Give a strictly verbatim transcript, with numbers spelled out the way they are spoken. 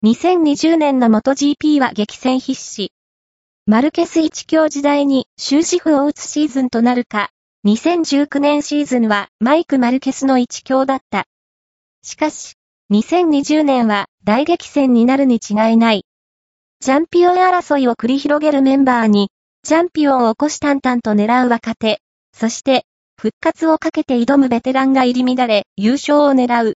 にせんにじゅうねんのモト ジーピー は激戦必至。マルケス一強時代に終止符を打つシーズンとなるか、にせんじゅうきゅうねんシーズンはマイク・マルケスの一強だった。しかし、にせんにじゅうねんは大激戦になるに違いない。チャンピオン争いを繰り広げるメンバーに、チャンピオンを虎視眈々と狙う若手、そして、復活をかけて挑むベテランが入り乱れ、優勝を狙う。